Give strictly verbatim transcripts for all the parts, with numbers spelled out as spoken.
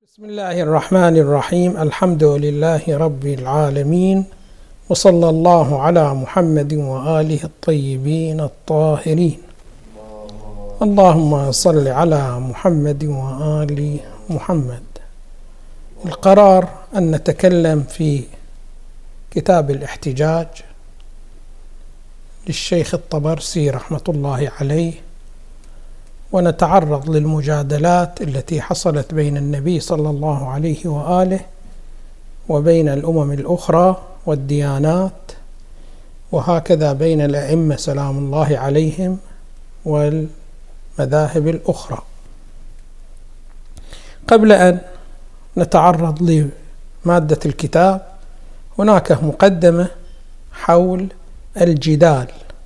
بسم الله الرحمن الرحيم. الحمد لله رب العالمين، وصلى الله على محمد وآله الطيبين الطاهرين. اللهم صل على محمد وآل محمد. القرار أن نتكلم في كتاب الاحتجاج للشيخ الطبرسي رحمة الله عليه، ونتعرض للمجادلات التي حصلت بين النبي صلى الله عليه وآله وبين الأمم الأخرى والديانات، وهكذا بين الأئمة سلام الله عليهم والمذاهب الأخرى. قبل أن نتعرض لمادة الكتاب، هناك مقدمة حول الجدال،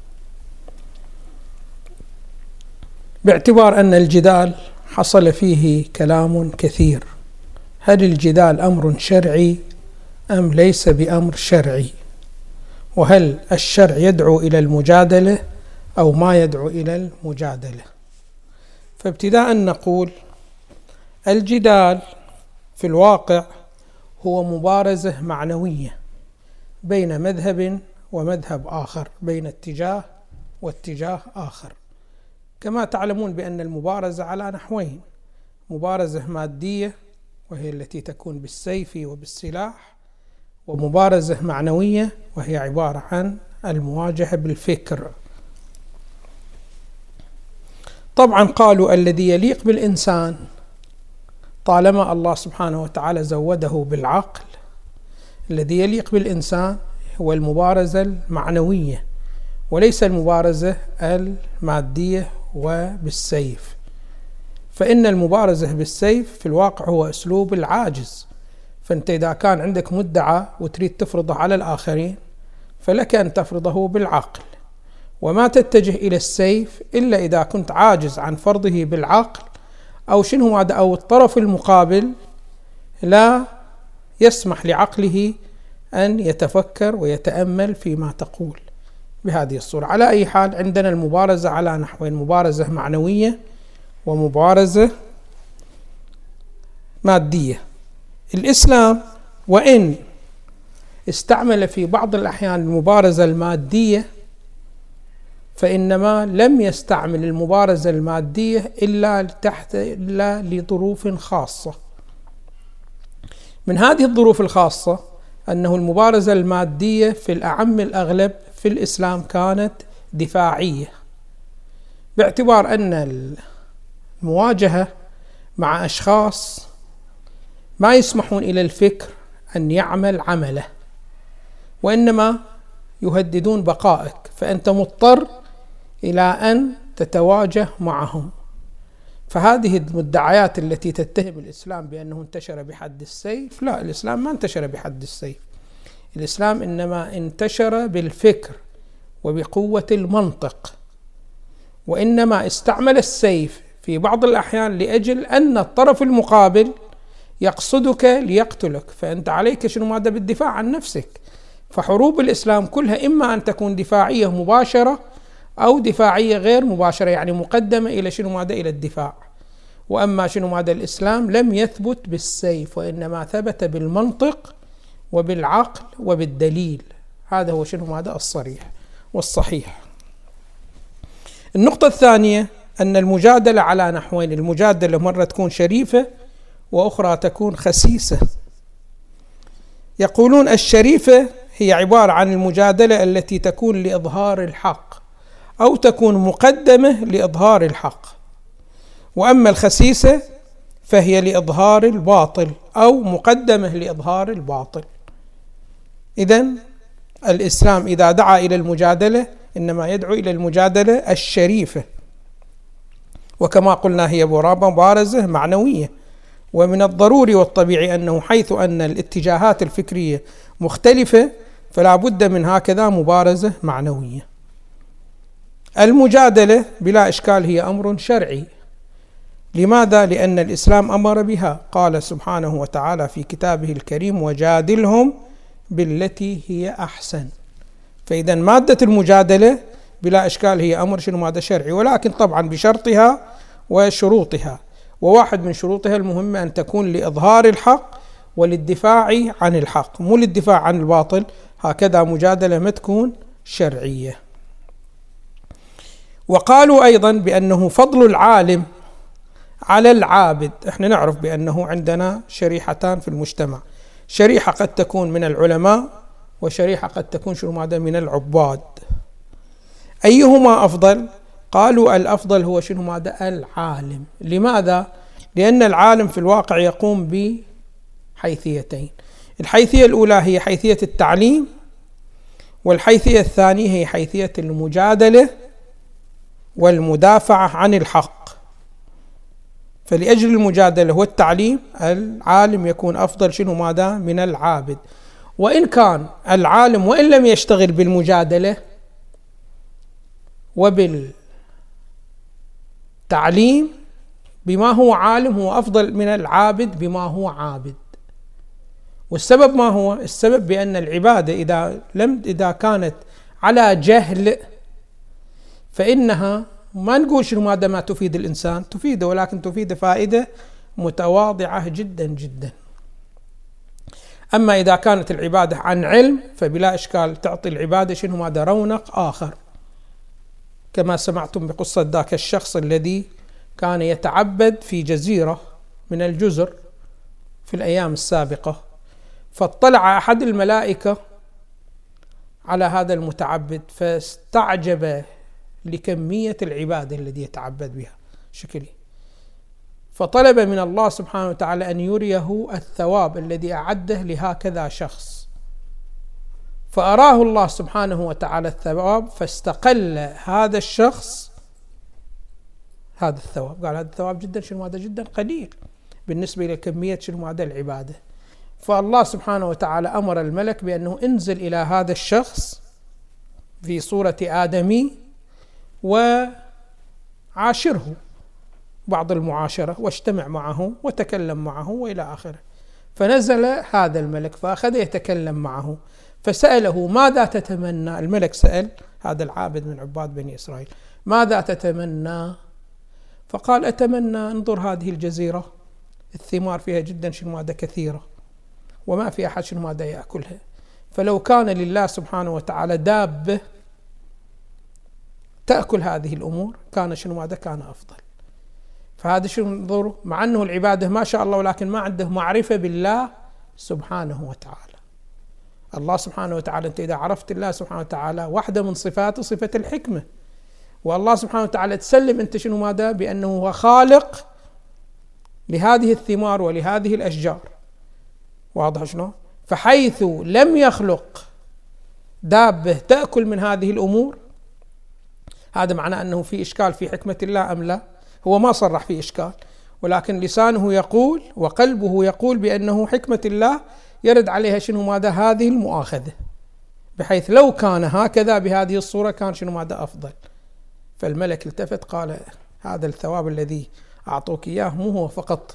باعتبار أن الجدال حصل فيه كلام كثير. هل الجدال أمر شرعي أم ليس بأمر شرعي؟ وهل الشرع يدعو إلى المجادلة أو ما يدعو إلى المجادلة؟ فابتداء نقول الجدال في الواقع هو مبارزة معنوية بين مذهب ومذهب آخر، بين اتجاه واتجاه آخر. كما تعلمون بأن المبارزة على نحوين: مبارزة مادية وهي التي تكون بالسيف وبالسلاح، ومبارزة معنوية وهي عبارة عن المواجهة بالفكر. طبعا قالوا الذي يليق بالإنسان طالما الله سبحانه وتعالى زوده بالعقل، الذي يليق بالإنسان هو المبارزة المعنوية وليس المبارزة المادية وبالسيف. فإن المبارزة بالسيف في الواقع هو أسلوب العاجز. فأنت إذا كان عندك مدعى وتريد تفرضه على الآخرين فلك أن تفرضه بالعقل، وما تتجه إلى السيف إلا إذا كنت عاجز عن فرضه بالعقل، أو شنو هذا، أو الطرف المقابل لا يسمح لعقله أن يتفكر ويتأمل فيما تقول بهذه الصورة. على أي حال، عندنا المبارزة على نحوين: مبارزة معنوية ومبارزة مادية. الإسلام وإن استعمل في بعض الأحيان المبارزة المادية، فإنما لم يستعمل المبارزة المادية إلا تحت إلا لظروف خاصة. من هذه الظروف الخاصة أنه المبارزة المادية في الأعم الأغلب في الإسلام كانت دفاعية، باعتبار أن المواجهة مع أشخاص ما يسمحون إلى الفكر أن يعمل عمله، وإنما يهددون بقائك، فأنت مضطر إلى أن تتواجه معهم. فهذه المدعيات التي تتهم الإسلام بأنه انتشر بحد السيف، لا، الإسلام ما انتشر بحد السيف. الإسلام إنما انتشر بالفكر وبقوة المنطق، وإنما استعمل السيف في بعض الأحيان لأجل أن الطرف المقابل يقصدك ليقتلك، فأنت عليك شنو ماذا بالدفاع عن نفسك. فحروب الإسلام كلها إما أن تكون دفاعية مباشرة أو دفاعية غير مباشرة، يعني مقدمة إلى شنو ماذا إلى الدفاع. وأما شنو ماذا الإسلام لم يثبت بالسيف، وإنما ثبت بالمنطق وبالعقل وبالدليل. هذا هو شنو ماذا الصريح والصحيح. النقطة الثانية أن المجادلة على نحوين: المجادلة مرة تكون شريفة وأخرى تكون خسيسة. يقولون الشريفة هي عبارة عن المجادلة التي تكون لإظهار الحق أو تكون مقدمة لإظهار الحق، وأما الخسيسة فهي لإظهار الباطل أو مقدمة لإظهار الباطل. إذن الإسلام إذا دعا إلى المجادلة إنما يدعو إلى المجادلة الشريفة، وكما قلنا هي مبارزة معنوية. ومن الضروري والطبيعي أنه حيث أن الاتجاهات الفكرية مختلفة فلا بد من هكذا مبارزة معنوية. المجادلة بلا إشكال هي أمر شرعي. لماذا؟ لأن الإسلام أمر بها. قال سبحانه وتعالى في كتابه الكريم: وجادلهم بالتي هي أحسن. فإذا مادة المجادلة بلا إشكال هي أمر شنو مادة شرعي، ولكن طبعا بشرطها وشروطها. وواحد من شروطها المهمة أن تكون لإظهار الحق وللدفاع عن الحق، مو للدفاع عن الباطل. هكذا مجادلة ما تكون شرعية. وقالوا أيضا بأنه فضل العالم على العابد. احنا نعرف بأنه عندنا شريحتان في المجتمع، شريحة قد تكون من العلماء وشريحة قد تكون شنو ماذا من العباد. أيهما أفضل؟ قالوا الأفضل هو شنو ماذا العالم. لماذا؟ لأن العالم في الواقع يقوم بحيثيتين، الحيثية الأولى هي حيثية التعليم، والحيثية الثانية هي حيثية المجادلة والمدافعة عن الحق. فلأجل المجادلة والتعليم العالم يكون أفضل شنو ماذا من العابد. وإن كان العالم وإن لم يشتغل بالمجادلة وبالتعليم بما هو عالم، هو أفضل من العابد بما هو عابد. والسبب ما هو؟ السبب بأن العبادة إذا لم إذا كانت على جهل فإنها ما نقول شنو ماذا ما تفيد الإنسان، تفيده ولكن تفيد فائدة متواضعة جدا جدا. أما إذا كانت العبادة عن علم فبلا إشكال تعطي العبادة شنو ماذا رونق آخر، كما سمعتم بقصة ذاك الشخص الذي كان يتعبد في جزيرة من الجزر في الأيام السابقة، فاطلع أحد الملائكة على هذا المتعبد فاستعجب لكمية العبادة التي يتعبد بها شكله، فطلب من الله سبحانه وتعالى أن يريه الثواب الذي أعده لهكذا شخص، فأراه الله سبحانه وتعالى الثواب، فاستقل هذا الشخص هذا الثواب، قال هذا الثواب جدا شنو هذا جدا قليل بالنسبة إلى كمية شنو هذا العبادة. فالله سبحانه وتعالى أمر الملك بأنه انزل إلى هذا الشخص في صورة آدمي وعاشره بعض المعاشرة واجتمع معه وتكلم معه وإلى آخره. فنزل هذا الملك فأخذ يتكلم معه فسأله ماذا تتمنى؟ الملك سأل هذا العابد من عباد بني إسرائيل ماذا تتمنى؟ فقال أتمنى انظر هذه الجزيرة الثمار فيها جدا شنو ماذا كثيرة وما في أحد شنو ماذا يأكلها، فلو كان لله سبحانه وتعالى دابة تأكل هذه الأمور كان شنو ماذا كان أفضل. فهذا شنو انظروا، مع أنه العبادة ما شاء الله ولكن ما عنده معرفة بالله سبحانه وتعالى. الله سبحانه وتعالى أنت إذا عرفت الله سبحانه وتعالى واحدة من صفاته صفة الحكمة، والله سبحانه وتعالى تسلم أنت شنو ماذا بأنه هو خالق لهذه الثمار ولهذه الأشجار، واضح شنو؟ فحيث لم يخلق دابة تأكل من هذه الأمور هذا معناه أنه في إشكال في حكمة الله أم لا؟ هو ما صرح في إشكال، ولكن لسانه يقول وقلبه يقول بأنه حكمة الله يرد عليها شنو ماذا هذه المؤاخذة، بحيث لو كان هكذا بهذه الصورة كان شنو ماذا أفضل. فالملك التفت قال هذا الثواب الذي أعطوك إياه مو هو فقط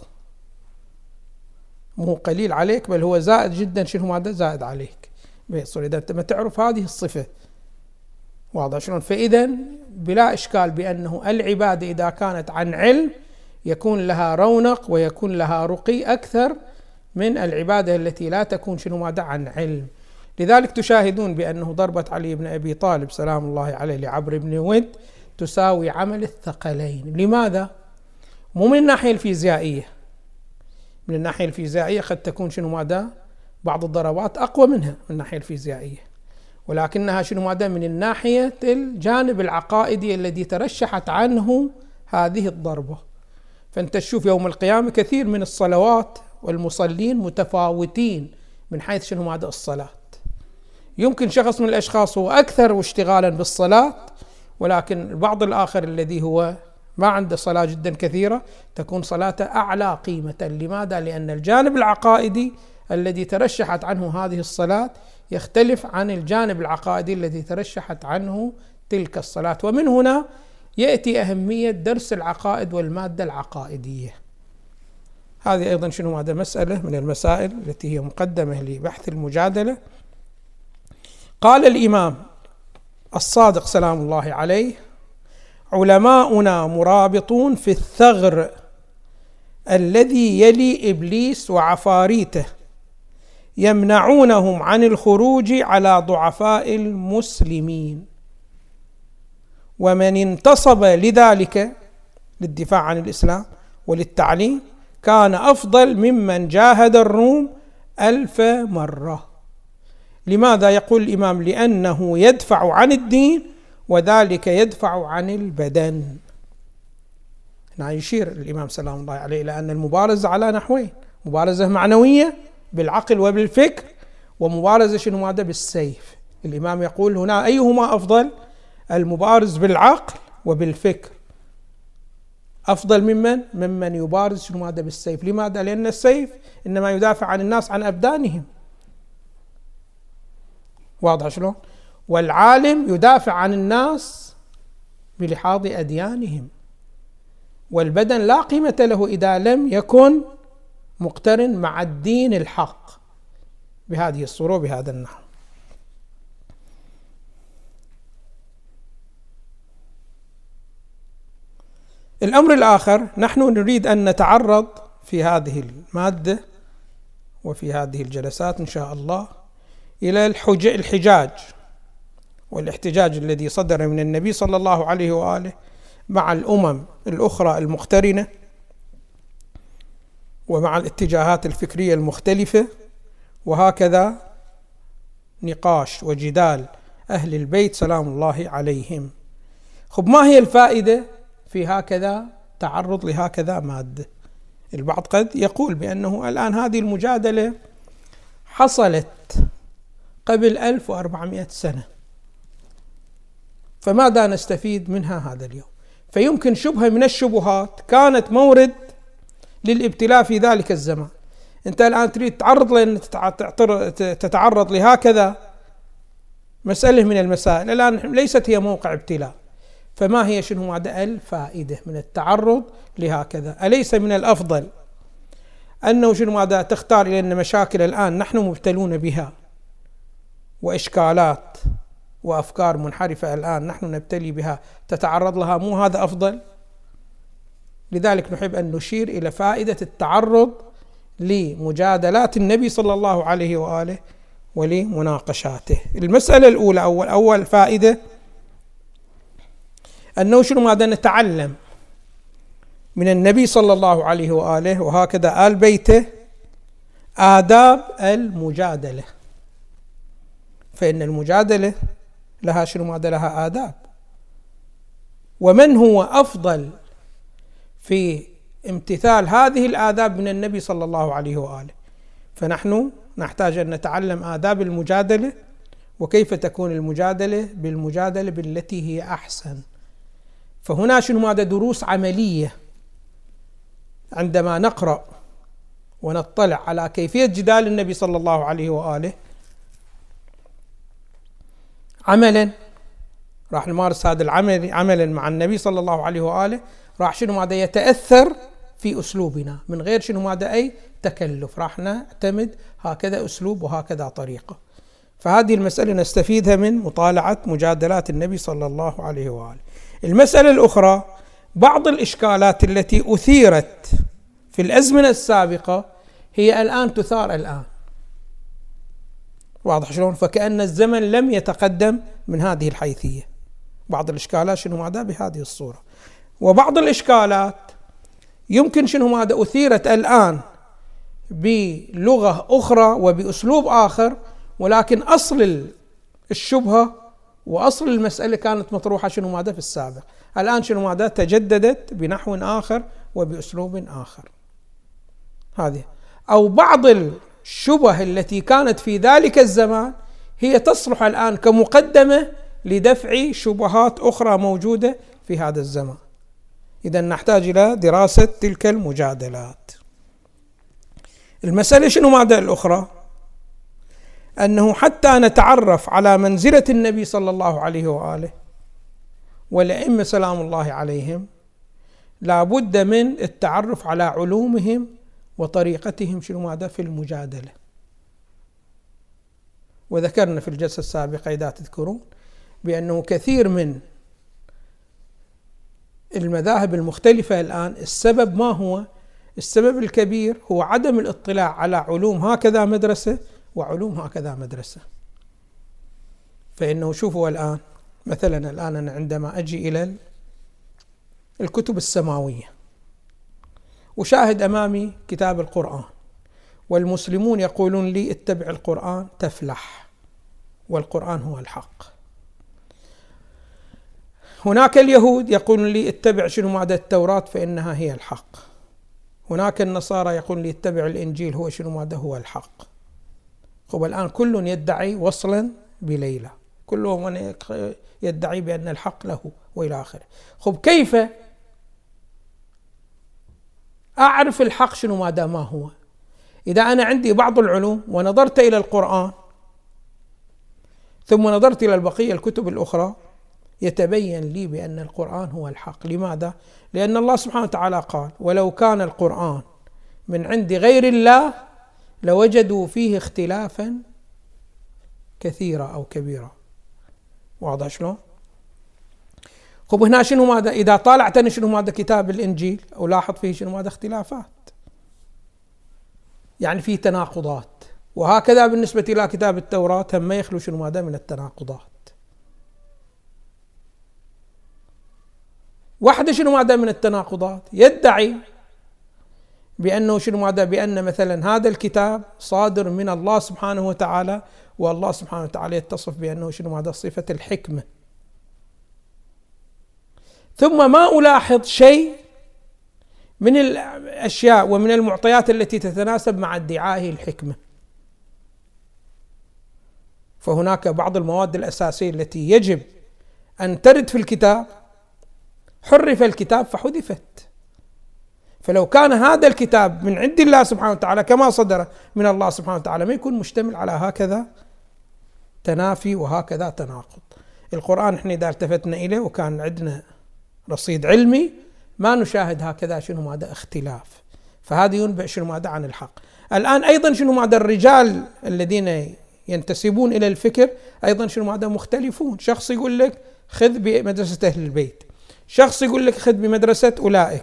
مو قليل عليك بل هو زائد جدا شنو ماذا زائد عليك، إذا أنت ما تعرف هذه الصفة واضح شلون. فإذا بلا إشكال بأنه العبادة إذا كانت عن علم يكون لها رونق ويكون لها رقي أكثر من العبادة التي لا تكون شنو ماذا عن علم. لذلك تشاهدون بأنه ضربة علي بن أبي طالب سلام الله عليه لعبر بن ود تساوي عمل الثقلين. لماذا؟ مو من الناحية الفيزيائية، من الناحية الفيزيائية قد تكون شنو ماذا بعض الضربات أقوى منها من الناحية الفيزيائية، ولكنها شنو ماذا من الناحية الجانب العقائدي الذي ترشحت عنه هذه الضربة. فأنت تشوف يوم القيامة كثير من الصلوات والمصلين متفاوتين من حيث شنو ماذا الصلاة. يمكن شخص من الأشخاص هو أكثر اشتغالا بالصلاة، ولكن البعض الآخر الذي هو ما عنده صلاة جدا كثيرة تكون صلاته أعلى قيمة. لماذا؟ لأن الجانب العقائدي الذي ترشحت عنه هذه الصلاة يختلف عن الجانب العقائدي الذي ترشحت عنه تلك الصلاة. ومن هنا يأتي أهمية درس العقائد والمادة العقائدية. هذه أيضا شنو هذا مسألة من المسائل التي هي مقدمة لبحث المجادلة. قال الإمام الصادق سلام الله عليه: علماؤنا مرابطون في الثغر الذي يلي إبليس وعفاريته يمنعونهم عن الخروج على ضعفاء المسلمين، ومن انتصب لذلك للدفاع عن الإسلام وللتعليم كان أفضل ممن جاهد الروم ألف مرة. لماذا يقول الإمام؟ لأنه يدفع عن الدين وذلك يدفع عن البدن. هنا يشير الإمام سلام الله عليه إلى أن المبارزة على نحوين: مبارزة معنوية بالعقل وبالفكر، ومبارزة شنو ماذا؟ بالسيف. الإمام يقول هنا أيهما أفضل؟ المبارز بالعقل وبالفكر أفضل ممن ممن يبارز شنو ماذا؟ بالسيف. لماذا؟ لأن السيف إنما يدافع عن الناس عن أبدانهم، واضح شلون؟ والعالم يدافع عن الناس بلحاظ أديانهم، والبدن لا قيمة له إذا لم يكن مقترن مع الدين الحق بهذه الصورة وبهذا النحو. الأمر الآخر، نحن نريد أن نتعرض في هذه المادة وفي هذه الجلسات إن شاء الله إلى الحجاج والاحتجاج الذي صدر من النبي صلى الله عليه وآله مع الأمم الأخرى المقترنة ومع الاتجاهات الفكرية المختلفة، وهكذا نقاش وجدال أهل البيت سلام الله عليهم. خب، ما هي الفائدة في هكذا تعرض لهكذا مادة؟ البعض قد يقول بأنه الآن هذه المجادلة حصلت قبل ألف وأربعمائة سنة، فماذا نستفيد منها هذا اليوم؟ فيمكن شبهة من الشبهات كانت مورد للابتلاء في ذلك الزمان. أنت الآن تريد تعرض لأن تتعرض لهكذا مسألة من المسائل، الآن ليست هي موقع ابتلاء، فما هي شنو ماذا الفائدة من التعرض لهكذا؟ أليس من الأفضل أنه شنو ماذا تختار، لأن مشاكل الآن نحن مبتلون بها وإشكالات وأفكار منحرفة الآن نحن نبتلي بها، تتعرض لها، مو هذا أفضل؟ لذلك نحب أن نشير إلى فائدة التعرض لمجادلات النبي صلى الله عليه وآله ولمناقشاته. المسألة الأولى، أول أول فائدة، أنه شنو ماذا نتعلم من النبي صلى الله عليه وآله وهكذا آل بيته آداب المجادلة، فإن المجادلة لها شنو ماذا لها آداب. ومن هو أفضل في امتثال هذه الآداب من النبي صلى الله عليه وآله؟ فنحن نحتاج أن نتعلم آداب المجادلة، وكيف تكون المجادلة بالمجادلة بالتي هي أحسن. فهنا شنو ماذا دروس عملية عندما نقرأ ونطلع على كيفية جدال النبي صلى الله عليه وآله عملا، راح نمارس هذا العمل عملا مع النبي صلى الله عليه وآله، راح شنو ماذا يتأثر في أسلوبنا من غير شنو ماذا أي تكلف، راح نعتمد هكذا أسلوب وهكذا طريقة. فهذه المسألة نستفيدها من مطالعة مجادلات النبي صلى الله عليه وآله. المسألة الأخرى، بعض الإشكالات التي أثيرت في الأزمنة السابقة هي الآن تثار الآن، واضح شلون؟ فكأن الزمن لم يتقدم من هذه الحيثية. بعض الإشكالات شنو ماذا بهذه الصورة، وبعض الإشكالات يمكن شنو ماذا أثيرت الآن بلغة أخرى وبأسلوب آخر، ولكن أصل الشبهة وأصل المسألة كانت مطروحة شنو ماذا في السابق، الآن شنو ماذا تجددت بنحو آخر وبأسلوب آخر. هذه أو بعض الشبه التي كانت في ذلك الزمان هي تصلح الآن كمقدمة لدفع شبهات أخرى موجودة في هذا الزمان. إذا نحتاج إلى دراسة تلك المجادلات. المسألة شنو ماذا الأخرى؟ أنه حتى نتعرف على منزلة النبي صلى الله عليه وآله والأئمة سلام الله عليهم، لا بد من التعرف على علومهم وطريقتهم شنو ماذا في المجادلة. وذكرنا في الجلسة السابقة إذا تذكرون بأنه كثير من المذاهب المختلفة الآن السبب ما هو؟ السبب الكبير هو عدم الاطلاع على علوم هكذا مدرسة وعلوم هكذا مدرسة. فإنه شوفوا الآن مثلا الآن أنا عندما أجي إلى الكتب السماوية وشاهد أمامي كتاب القرآن، والمسلمون يقولون لي اتبع القرآن تفلح والقرآن هو الحق. هناك اليهود يقولون لي اتبع شنو مادة التوراة فإنها هي الحق. هناك النصارى يقولون لي اتبع الإنجيل هو شنو مادة هو الحق. خب الآن كل يدعي وصلا بليلى، كلهم يدعي بأن الحق له وإلى آخره. خب كيف أعرف الحق شنو مادة ما هو؟ إذا أنا عندي بعض العلوم ونظرت إلى القرآن ثم نظرت إلى البقية الكتب الأخرى يتبين لي بأن القرآن هو الحق. لماذا؟ لأن الله سبحانه وتعالى قال: ولو كان القرآن من عند غير الله لوجدوا فيه اختلافا كثيرا أو كبيرا. واضح شلون؟ خب هنا شنو ماذا؟ إذا طالعت أنا شنو ماذا كتاب الإنجيل أو لاحظ فيه شنو ماذا اختلافات، يعني فيه تناقضات. وهكذا بالنسبة إلى كتاب التوراة هم ما يخلو شنو ماذا من التناقضات. واحدة شنو ماذا من التناقضات يدعي بأنه شنو ماذا بأن مثلا هذا الكتاب صادر من الله سبحانه وتعالى، والله سبحانه وتعالى يتصف بأنه شنو ماذا صفة الحكمة، ثم ما ألاحظ شيء من الأشياء ومن المعطيات التي تتناسب مع ادعائه الحكمة. فهناك بعض المواد الأساسية التي يجب أن ترد في الكتاب حرف الكتاب فحذفت. فلو كان هذا الكتاب من عند الله سبحانه وتعالى كما صدر من الله سبحانه وتعالى ما يكون مشتمل على هكذا تنافي وهكذا تناقض. القرآن احنا إذا التفتنا إليه وكان عندنا رصيد علمي ما نشاهد هكذا شنو ماذا اختلاف، فهذا ينبئ شنو ماذا عن الحق. الآن أيضا شنو ماذا الرجال الذين ينتسبون إلى الفكر أيضا شنو ماذا مختلفون. شخص يقول لك خذ بمدرسة أهل البيت، شخص يقول لك خذ بمدرسة أولئك.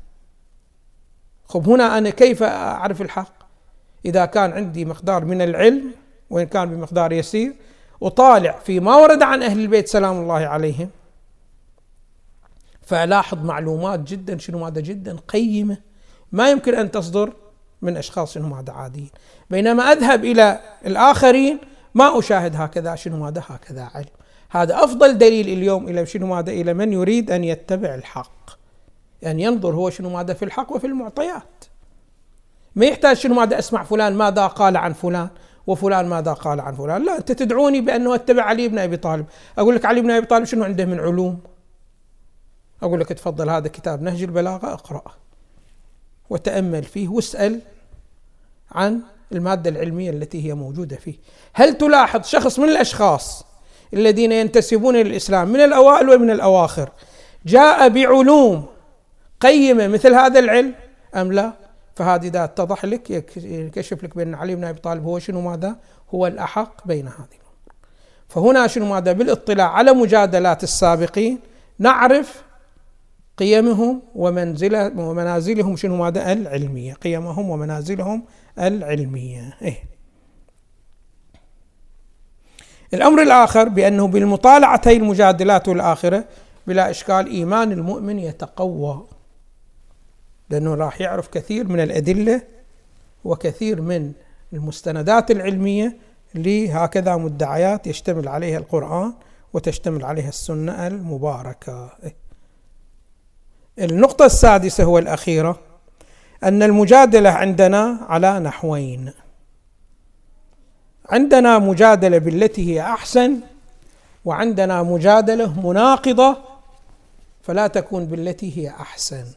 خب هنا أنا كيف أعرف الحق؟ إذا كان عندي مقدار من العلم وإن كان بمقدار يسير وطالع فيما ورد عن أهل البيت سلام الله عليهم، فألاحظ معلومات جدا شنو ماذا جدا قيمة ما يمكن أن تصدر من أشخاص شنو ماذا عاديين. بينما أذهب إلى الآخرين ما أشاهد هكذا شنو ماذا هكذا علم. هذا أفضل دليل اليوم إلى شنو ماذا إلى من يريد أن يتبع الحق، يعني ينظر هو شنو ماذا في الحق وفي المعطيات. ما يحتاج شنو ماذا أسمع فلان ماذا قال عن فلان وفلان ماذا قال عن فلان. لا، أنت تدعوني بأنه أتبع علي بن أبي طالب، أقول لك علي بن أبي طالب شنو عنده من علوم؟ أقول لك تفضل هذا كتاب نهج البلاغة اقرأه وتأمل فيه واسأل عن المادة العلمية التي هي موجودة فيه. هل تلاحظ شخص من الأشخاص الذين ينتسبون للإسلام من الأوائل ومن الأواخر جاء بعلوم قيمة مثل هذا العلم أم لا؟ فهذه إذا اتضح لك يكشف لك بأن علي بن أبي طالب هو شنو ماذا هو الأحق بين هذه. فهنا شنو ماذا بالاطلاع على مجادلات السابقين نعرف قيمهم ومنزله ومنازلهم شنو ماذا العلمية، قيمهم ومنازلهم العلمية. إيه؟ الأمر الآخر بأنه بالمطالعة هذه المجادلات والآخرة بلا إشكال إيمان المؤمن يتقوى، لأنه راح يعرف كثير من الأدلة وكثير من المستندات العلمية لهكذا مدعيات يشتمل عليها القرآن وتشتمل عليها السنة المباركة. النقطة السادسة هو الأخيرة، أن المجادلة عندنا على نحوين. عندنا مجادلة بالتي هي أحسن، وعندنا مجادلة مناقضة فلا تكون بالتي هي أحسن.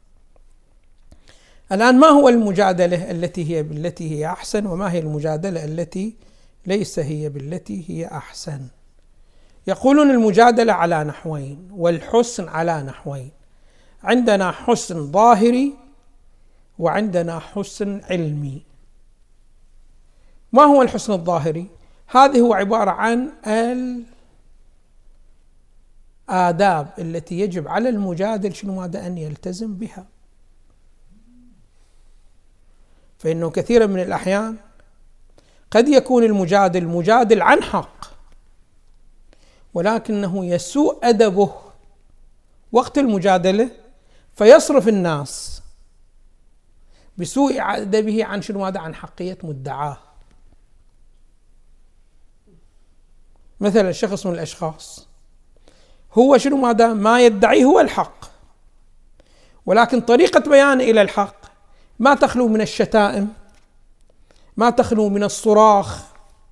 الآن ما هو المجادلة التي هي بالتي هي أحسن، وما هي المجادلة التي ليس هي بالتي هي أحسن؟ يقولون المجادلة على نحوين والحسن على نحوين. عندنا حسن ظاهري وعندنا حسن علمي. ما هو الحسن الظاهري؟ هذه هو عبارة عن الآداب التي يجب على المجادل شنو ماذا أن يلتزم بها. فإنه كثيرا من الأحيان قد يكون المجادل مجادل عن حق، ولكنه يسوء أدبه وقت المجادلة فيصرف الناس بسوء أدبه عن شنو هذا، عن حقية مدعاه. مثلا شخص من الأشخاص هو شنو هذا، ما يدعيه هو الحق، ولكن طريقة بيانه إلى الحق ما تخلو من الشتائم، ما تخلو من الصراخ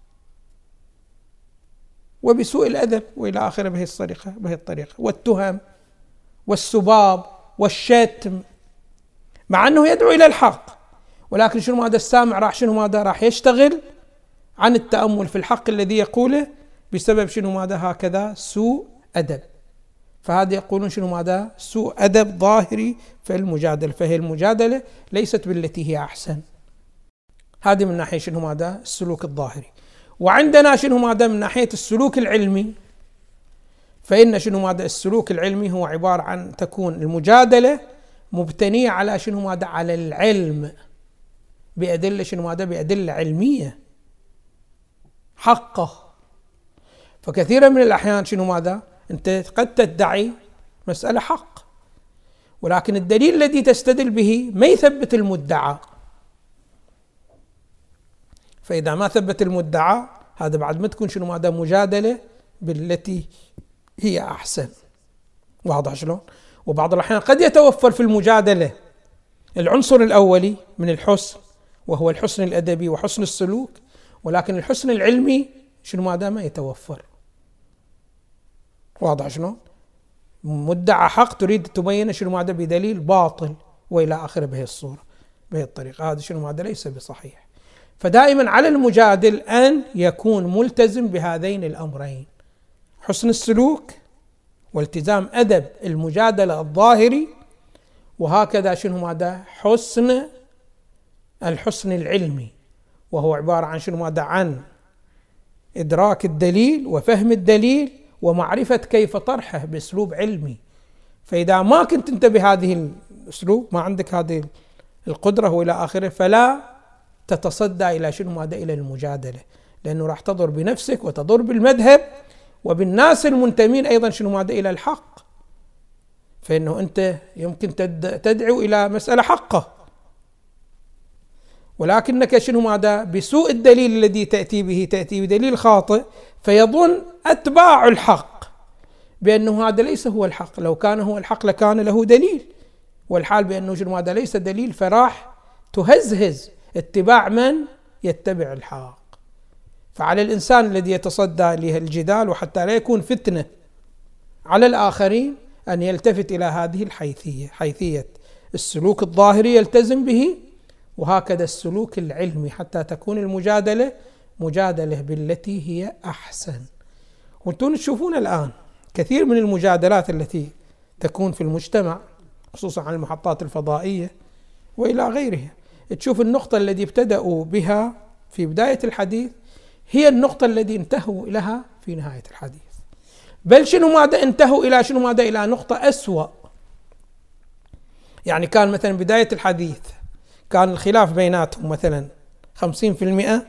وبسوء الأدب وإلى آخره بهي الطريقة بهي الطريقة والتهم والسباب والشتم، مع أنه يدعو إلى الحق، ولكن شنو هذا السامع راح شنو هذا راح يشتغل عن التأمل في الحق الذي يقوله بسبب شنو هذا هكذا سوء أدب. فهذا يقولون شنو هذا سوء أدب ظاهري في المجادلة، فهي المجادلة ليست بالتي هي أحسن. هذه من ناحية شنو هذا السلوك الظاهري. وعندنا شنو هذا من ناحية السلوك العلمي، فإن شنو هذا السلوك العلمي هو عبارة عن تكون المجادلة مبتنية على شنو هذا على العلم بأدلة شنو هذا بأدلة علمية حقه. فكثيرا من الأحيان شنو هذا أنت قد تدعي مسألة حق، ولكن الدليل الذي تستدل به ما يثبت المدعى، فإذا ما ثبت المدعى هذا بعد ما تكون شنو هذا مجادلة بالتي هي أحسن. واضح شلون؟ وبعض الأحيان قد يتوفر في المجادلة العنصر الأولي من الحسن وهو الحسن الأدبي وحسن السلوك، ولكن الحسن العلمي شنو هذا ما يتوفر. واضح شلون؟ مدعى حق تريد تبين شنو هذا بدليل باطل وإلى آخره بهي الصورة بهي الطريقة، هذا شنو هذا ليس بصحيح. فدائما على المجادل أن يكون ملتزم بهذين الأمرين، حسن السلوك والتزام أدب المجادلة الظاهري، وهكذا شنو هذا حسن الحسن العلمي، وهو عبارة عن شنو هذا عن إدراك الدليل وفهم الدليل ومعرفة كيف طرحه بأسلوب علمي. فإذا ما كنت أنت بهذه الأسلوب، ما عندك هذه القدرة وإلى آخره، فلا تتصدى إلى شنو هذا إلى المجادلة، لأنه راح تضر بنفسك وتضر بالمذهب وبالناس المنتمين أيضا شنو هذا إلى الحق. فإنه أنت يمكن تدعو إلى مسألة حقة، ولكنك شنو هذا بسوء الدليل الذي تأتي به تأتي بدليل خاطئ، فيظن أتباع الحق بأنه هذا ليس هو الحق، لو كان هو الحق لكان له دليل، والحال بأنه شنو هذا ليس دليل، فراح تهزهز اتباع من يتبع الحق. فعلى الإنسان الذي يتصدى للجدال وحتى لا يكون فتنة على الآخرين أن يلتفت إلى هذه الحيثية، حيثية السلوك الظاهري يلتزم به، وهكذا السلوك العلمي، حتى تكون المجادلة مجادلة بالتي هي أحسن. وانتم تشوفون الآن كثير من المجادلات التي تكون في المجتمع خصوصا على المحطات الفضائية وإلى غيرها، تشوف النقطة التي ابتدأوا بها في بداية الحديث هي النقطة التي انتهوا لها في نهاية الحديث، بل شنو ماذا انتهوا إلى شنو ماذا إلى نقطة أسوأ. يعني كان مثلا بداية الحديث كان الخلاف بيناتهم مثلا خمسين في المئة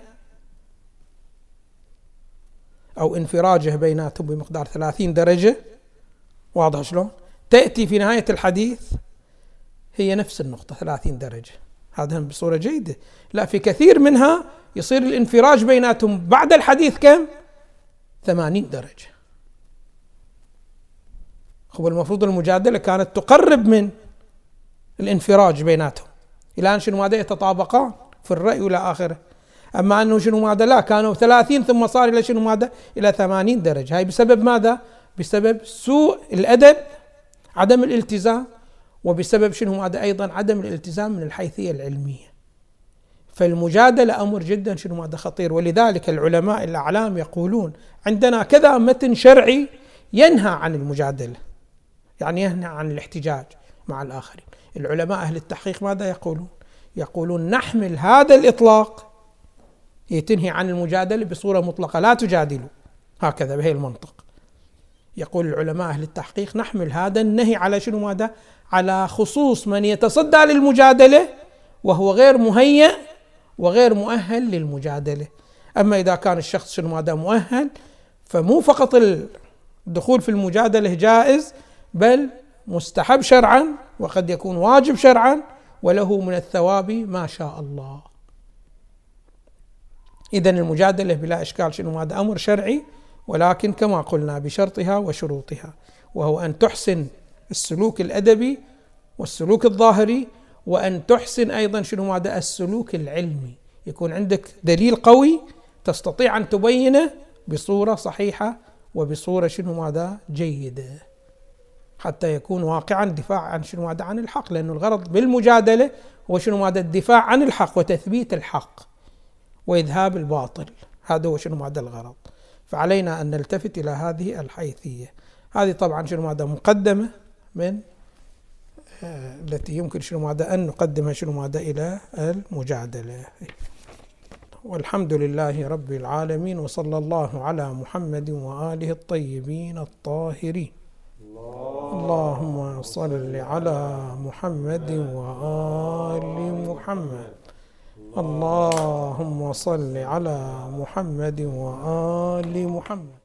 أو انفراجه بيناتهم بمقدار ثلاثين درجة. واضح شلون؟ تأتي في نهاية الحديث هي نفس النقطة ثلاثين درجة، هذا بصورة جيدة. لا، في كثير منها يصير الانفراج بيناتهم بعد الحديث كم؟ ثمانين درجة. هو المفروض المجادلة كانت تقرب من الانفراج بيناتهم إلى أن شنو ماذا يتطابقان في الرأي وإلى آخره، أما أنه شنو ماذا لا، كانوا ثلاثين ثم صار إلى شنو ماذا إلى ثمانين درجة. هاي بسبب ماذا؟ بسبب سوء الأدب، عدم الالتزام، وبسبب شنو ماذا أيضا عدم الالتزام من الحيثية العلمية. فالمجادلة أمر جدا شنو ماذا خطير، ولذلك العلماء الأعلام يقولون عندنا كذا متن شرعي ينهى عن المجادلة، يعني ينهى عن الاحتجاج مع الآخرين. العلماء أهل التحقيق ماذا يقولون؟ يقولون نحمل هذا الإطلاق يتنهي عن المجادلة بصورة مطلقة، لا تجادلوا، هكذا بهي المنطق. يقول العلماء أهل التحقيق نحمل هذا النهي على شنو ماذا؟ على خصوص من يتصدى للمجادلة وهو غير مهيأ وغير مؤهل للمجادلة. أما إذا كان الشخص شنو هذا مؤهل، فمو فقط الدخول في المجادلة جائز، بل مستحب شرعا، وقد يكون واجب شرعا، وله من الثواب ما شاء الله. إذن المجادلة بلا إشكال شنو هذا أمر شرعي، ولكن كما قلنا بشرطها وشروطها، وهو أن تحسن السلوك الأدبي والسلوك الظاهري، وأن تحسن أيضا شنو هذا السلوك العلمي، يكون عندك دليل قوي تستطيع أن تبينه بصورة صحيحة وبصورة شنو هذا جيدة، حتى يكون واقعا دفاع عن شنو هذا عن الحق، لأن الغرض بالمجادلة هو شنو هذا الدفاع عن الحق وتثبيت الحق وإذهاب الباطل، هذا هو شنو هذا الغرض. فعلينا أن نلتفت إلى هذه الحيثية. هذه طبعا شنو هذا مقدمة من آه التي يمكن شنو هذا أن نقدمها شنو هذا إلى المجادلة. والحمد لله رب العالمين، وصلى الله على محمد وآله الطيبين الطاهرين. اللهم صل على محمد وآل محمد. اللهم صل على محمد وآل محمد.